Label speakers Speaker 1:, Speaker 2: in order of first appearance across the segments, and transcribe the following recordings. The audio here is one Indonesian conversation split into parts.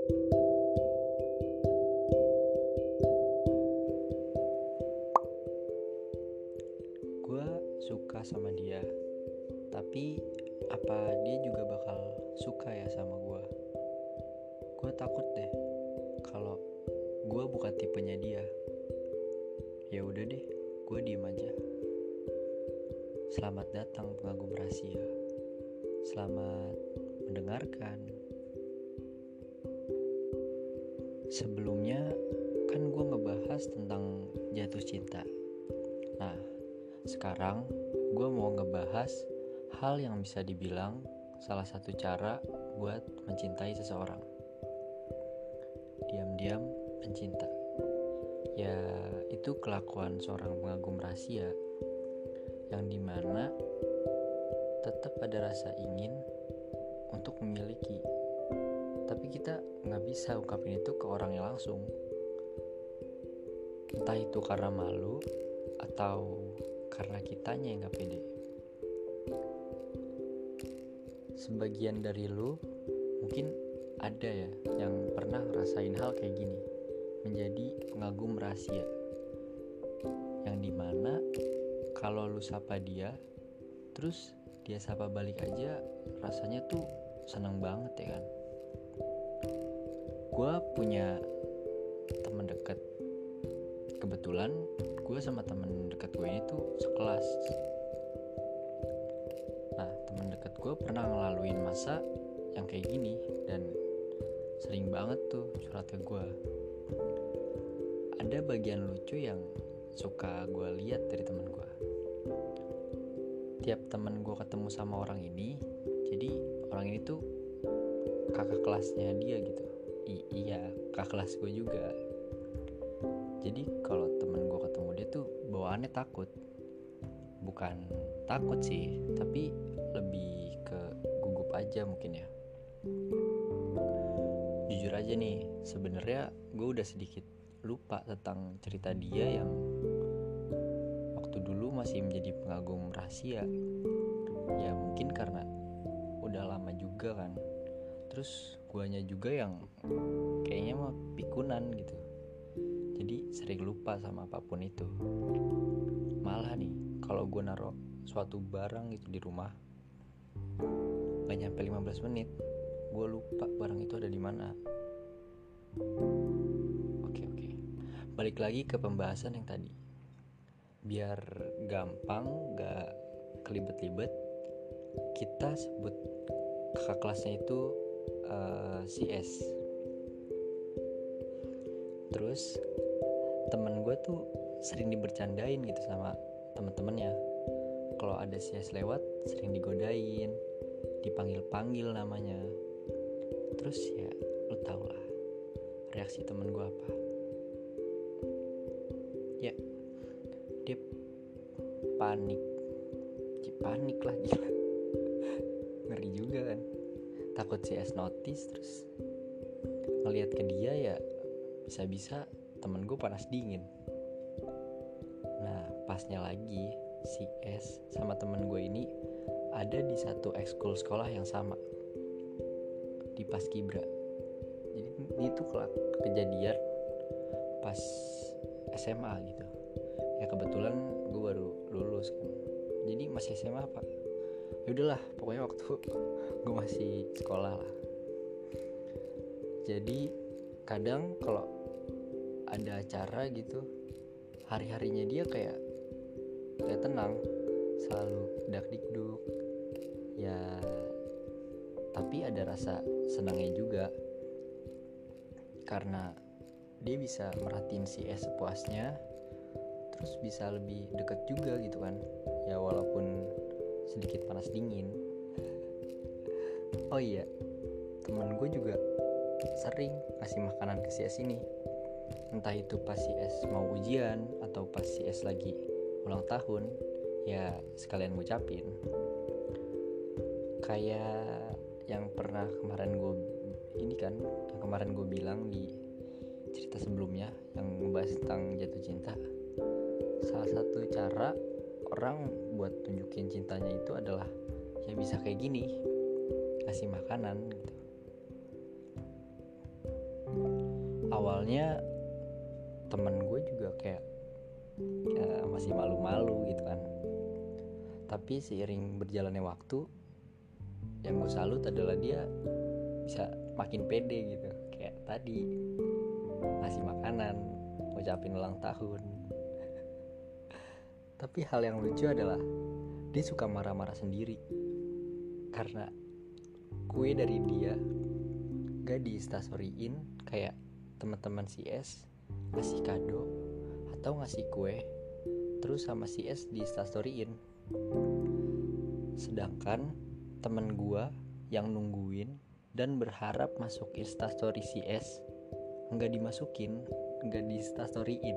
Speaker 1: Gue suka sama dia, tapi apa dia juga bakal suka ya sama gue? Gue takut deh kalau gue bukan tipenya dia. Ya udah deh, gue diem aja. Selamat datang pengagum rahasia. Selamat mendengarkan. Sebelumnya kan gue ngebahas tentang jatuh cinta. Nah, sekarang gue mau ngebahas hal yang bisa dibilang salah satu cara buat mencintai seseorang. Diam-diam mencinta. Ya, itu kelakuan seorang pengagum rahasia yang dimana tetap ada rasa ingin untuk memiliki, tapi kita gak bisa ungkapin itu ke orangnya langsung. Entah itu karena malu atau karena kitanya yang gak pede. Sebagian dari lu mungkin ada ya yang pernah ngerasain hal kayak gini, menjadi pengagum rahasia, yang dimana kalau lu sapa dia terus dia sapa balik aja, rasanya tuh seneng banget ya kan. Gue punya teman dekat. Kebetulan gue sama temen deket gue ini tuh sekelas. Nah, temen deket gue pernah ngelaluin masa yang kayak gini dan sering banget tuh curhat ke gue. Ada bagian lucu yang suka gue lihat dari temen gue. Tiap temen gue ketemu sama orang ini, jadi orang ini tuh kakak kelasnya dia gitu. Iya, kakak kelas gue juga. Jadi kalau temen gue ketemu dia tuh bawaannya takut. Bukan takut sih, tapi lebih ke gugup aja mungkin ya. Jujur aja nih, sebenarnya gue udah sedikit lupa tentang cerita dia yang waktu dulu masih menjadi pengagum rahasia. Ya mungkin karena udah lama juga kan. Terus guanya juga yang kayaknya mah pikunan gitu. Jadi sering lupa sama apapun itu. Malah nih, kalau gue naruh suatu barang gitu di rumah, gak nyampe 15 menit, gue lupa barang itu ada di mana. Oke. Balik lagi ke pembahasan yang tadi. Biar gampang, gak kelibet-libet, kita sebut kakak kelasnya itu si S. Terus temen gue tuh sering dibercandain gitu sama temen-temennya. Kalau ada si S lewat, sering digodain, dipanggil-panggil namanya. Terus ya lu tau lah reaksi temen gue apa. Ya, dia panik lah, gila. Ngeri juga kan. Takut si S notice, terus ngeliat ke dia ya bisa-bisa temen gue panas dingin. Nah, pasnya lagi si S sama temen gue ini ada di satu ekskul sekolah yang sama, di Paskibra. Jadi itu kejadian pas SMA gitu. Ya kebetulan gue baru lulus kan. Jadi masih SMA apa? Yaudahlah, pokoknya waktu gue masih sekolah lah. Jadi kadang kalau ada acara gitu, hari-harinya dia kayak tenang, selalu dak-dikduk. Ya, tapi ada rasa senangnya juga karena dia bisa merhatiin si S sepuasnya, terus bisa lebih deket juga gitu kan. Ya walaupun sedikit panas dingin. Oh iya, temen gue juga sering ngasih makanan ke si S ini. Entah itu pas si S mau ujian atau pas si S lagi ulang tahun, ya sekalian ngucapin. Kayak yang pernah kemarin gue bilang di cerita sebelumnya yang ngebahas tentang jatuh cinta. Salah satu cara orang buat tunjukin cintanya itu adalah ya bisa kayak gini, kasih makanan gitu. awalnya temen gue juga kayak masih malu-malu gitu kan. Tapi seiring berjalannya waktu, yang gue salut adalah dia bisa makin pede gitu. Kayak tadi ngasih makanan, ngucapin ulang tahun. Tapi hal yang lucu adalah dia suka marah-marah sendiri karena kue dari dia gak di instastoryin kayak teman-teman si S ngasih kado atau ngasih kue terus sama si S di instastoryin. Sedangkan temen gua yang nungguin dan berharap masuk instastory si S nggak dimasukin, nggak di instastoryin.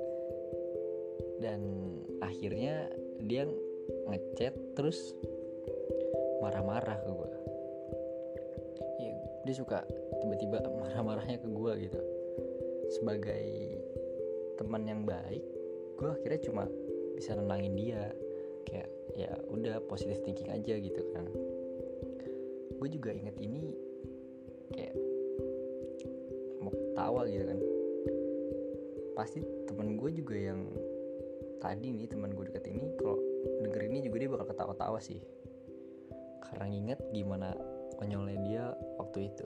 Speaker 1: Dan akhirnya dia ngechat terus marah-marah ke gua. Ya, dia suka tiba-tiba marah-marahnya ke gua gitu. Sebagai teman yang baik, gue akhirnya cuma bisa nenangin dia, kayak ya udah positive thinking aja gitu kan. Gue juga inget ini kayak mau ketawa gitu kan. Pasti teman gue juga yang tadi nih, teman gue deket ini kalau denger ini juga dia bakal ketawa-tawa sih, karena nginget gimana konyolnya dia waktu itu.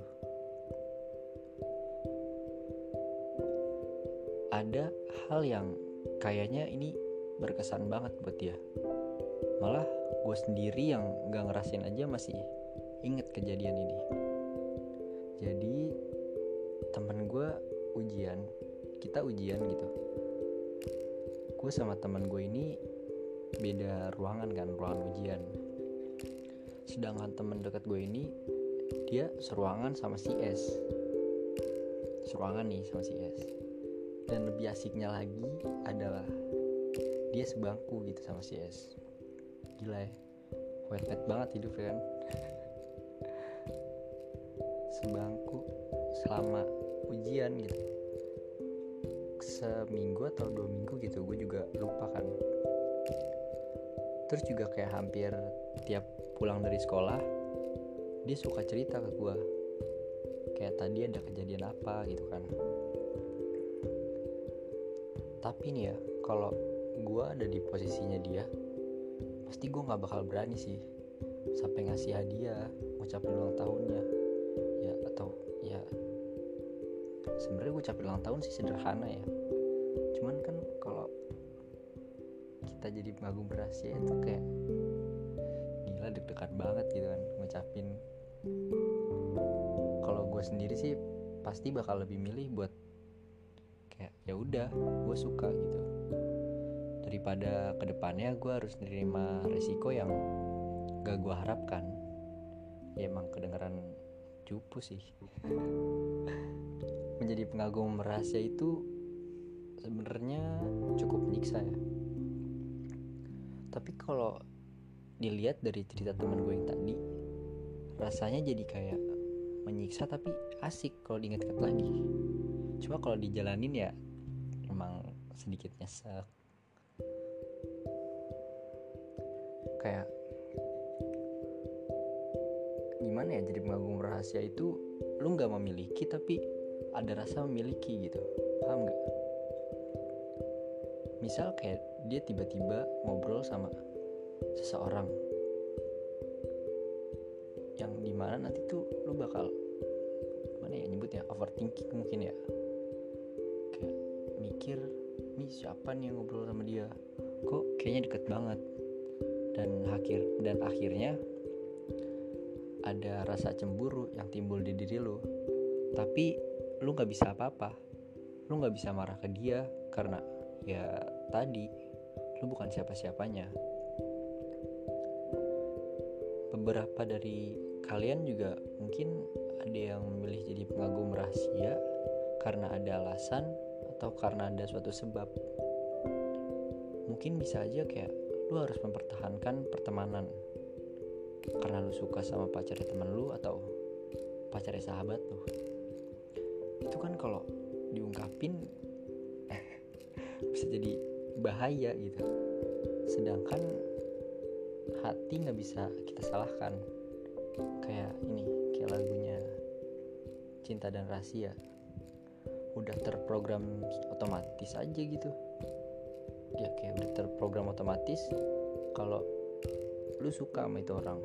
Speaker 1: Ada hal yang kayaknya ini berkesan banget buat dia. Malah gue sendiri yang gak ngerasain aja masih inget kejadian ini. Jadi temen gue kita ujian gitu. Gue sama temen gue ini beda ruangan kan, ruangan ujian. Sedangkan temen dekat gue ini dia seruangan sama si S. Seruangan nih sama si S. Dan lebih asiknya lagi adalah dia sebangku gitu sama si S. Gila ya, wet banget hidupnya kan. Sebangku selama ujian gitu, seminggu atau 2 minggu gitu, gue juga lupa kan. Terus juga kayak hampir tiap pulang dari sekolah dia suka cerita ke gue, kayak tadi ada kejadian apa gitu kan. Tapi nih ya, kalau gue ada di posisinya dia, pasti gue nggak bakal berani sih sampai ngasih hadiah, ngucapin ulang tahunnya. Ya atau ya sebenarnya ngucapin ulang tahun sih sederhana ya. Cuman kan kalau kita jadi pengagum rahasia itu kayak gila, deg-degan banget gitu kan ngucapin. Kalau gue sendiri sih pasti bakal lebih milih buat kayak ya udah gue suka gitu, daripada kedepannya gue harus nerima resiko yang gak gue harapkan. Ya emang kedengeran cupu sih. Menjadi pengagum rahasia itu sebenarnya cukup menyiksa ya. Tapi kalau dilihat dari cerita teman gue yang tadi, rasanya jadi kayak menyiksa tapi asik kalau diingat-ingat lagi. Cuma kalau dijalanin ya emang sedikit nyesek. Kayak gimana ya, jadi pengagum rahasia itu lu gak memiliki tapi ada rasa memiliki gitu, paham gak? Misal kayak dia tiba-tiba ngobrol sama seseorang yang dimana nanti tuh lu bakal gimana ya nyebutnya, overthinking mungkin ya, kayak mikir nih siapa nih yang ngobrol sama dia, kok kayaknya deket banget. Dan akhirnya ada rasa cemburu yang timbul di diri lu. Tapi lu gak bisa apa-apa, lu gak bisa marah ke dia karena ya tadi lu bukan siapa-siapanya. Beberapa dari kalian juga mungkin ada yang memilih jadi pengagum rahasia karena ada alasan atau karena ada suatu sebab. Mungkin bisa aja kayak lu harus mempertahankan pertemanan karena lu suka sama pacarnya teman lu atau pacarnya sahabat lu. Itu kan kalau diungkapin bisa jadi bahaya gitu. Sedangkan hati gak bisa kita salahkan. Kayak ini, kayak lagunya Cinta dan Rahasia. udah terprogram otomatis aja gitu. Ya kayak udah terprogram otomatis kalau lu suka sama itu orang.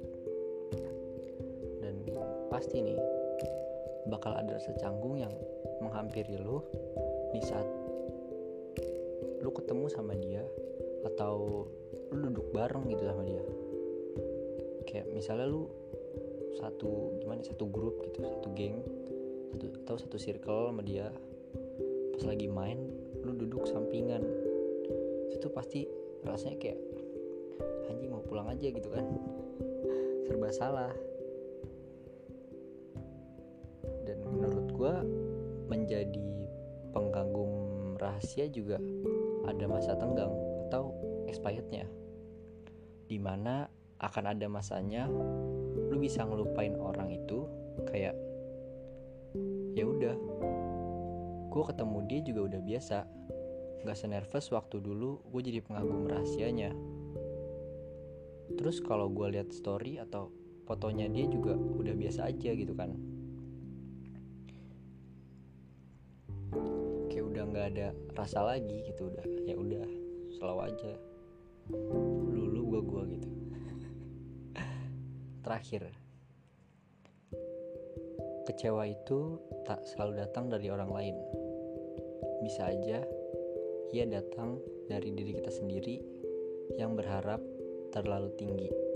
Speaker 1: Dan pasti nih bakal ada rasa canggung yang menghampiri lu di saat lu ketemu sama dia atau lu duduk bareng gitu sama dia. Kayak misalnya lu satu grup gitu, satu geng, satu circle sama dia. Pas lagi main lu duduk sampingan, itu pasti rasanya kayak anjing mau pulang aja gitu kan. Serba salah. Dan menurut gue menjadi pengagum rahasia juga ada masa tenggang atau expirednya, dimana akan ada masanya lu bisa ngelupain orang itu. Kayak ya udah, gue ketemu dia juga udah biasa, gak senervous waktu dulu gue jadi pengagum rahasianya. Terus kalau gue lihat story atau fotonya dia juga udah biasa aja gitu kan. Kayak udah nggak ada rasa lagi gitu, udah ya udah selalu aja lu gue gitu. Terakhir, kecewa itu tak selalu datang dari orang lain. Bisa aja ia datang dari diri kita sendiri yang berharap terlalu tinggi.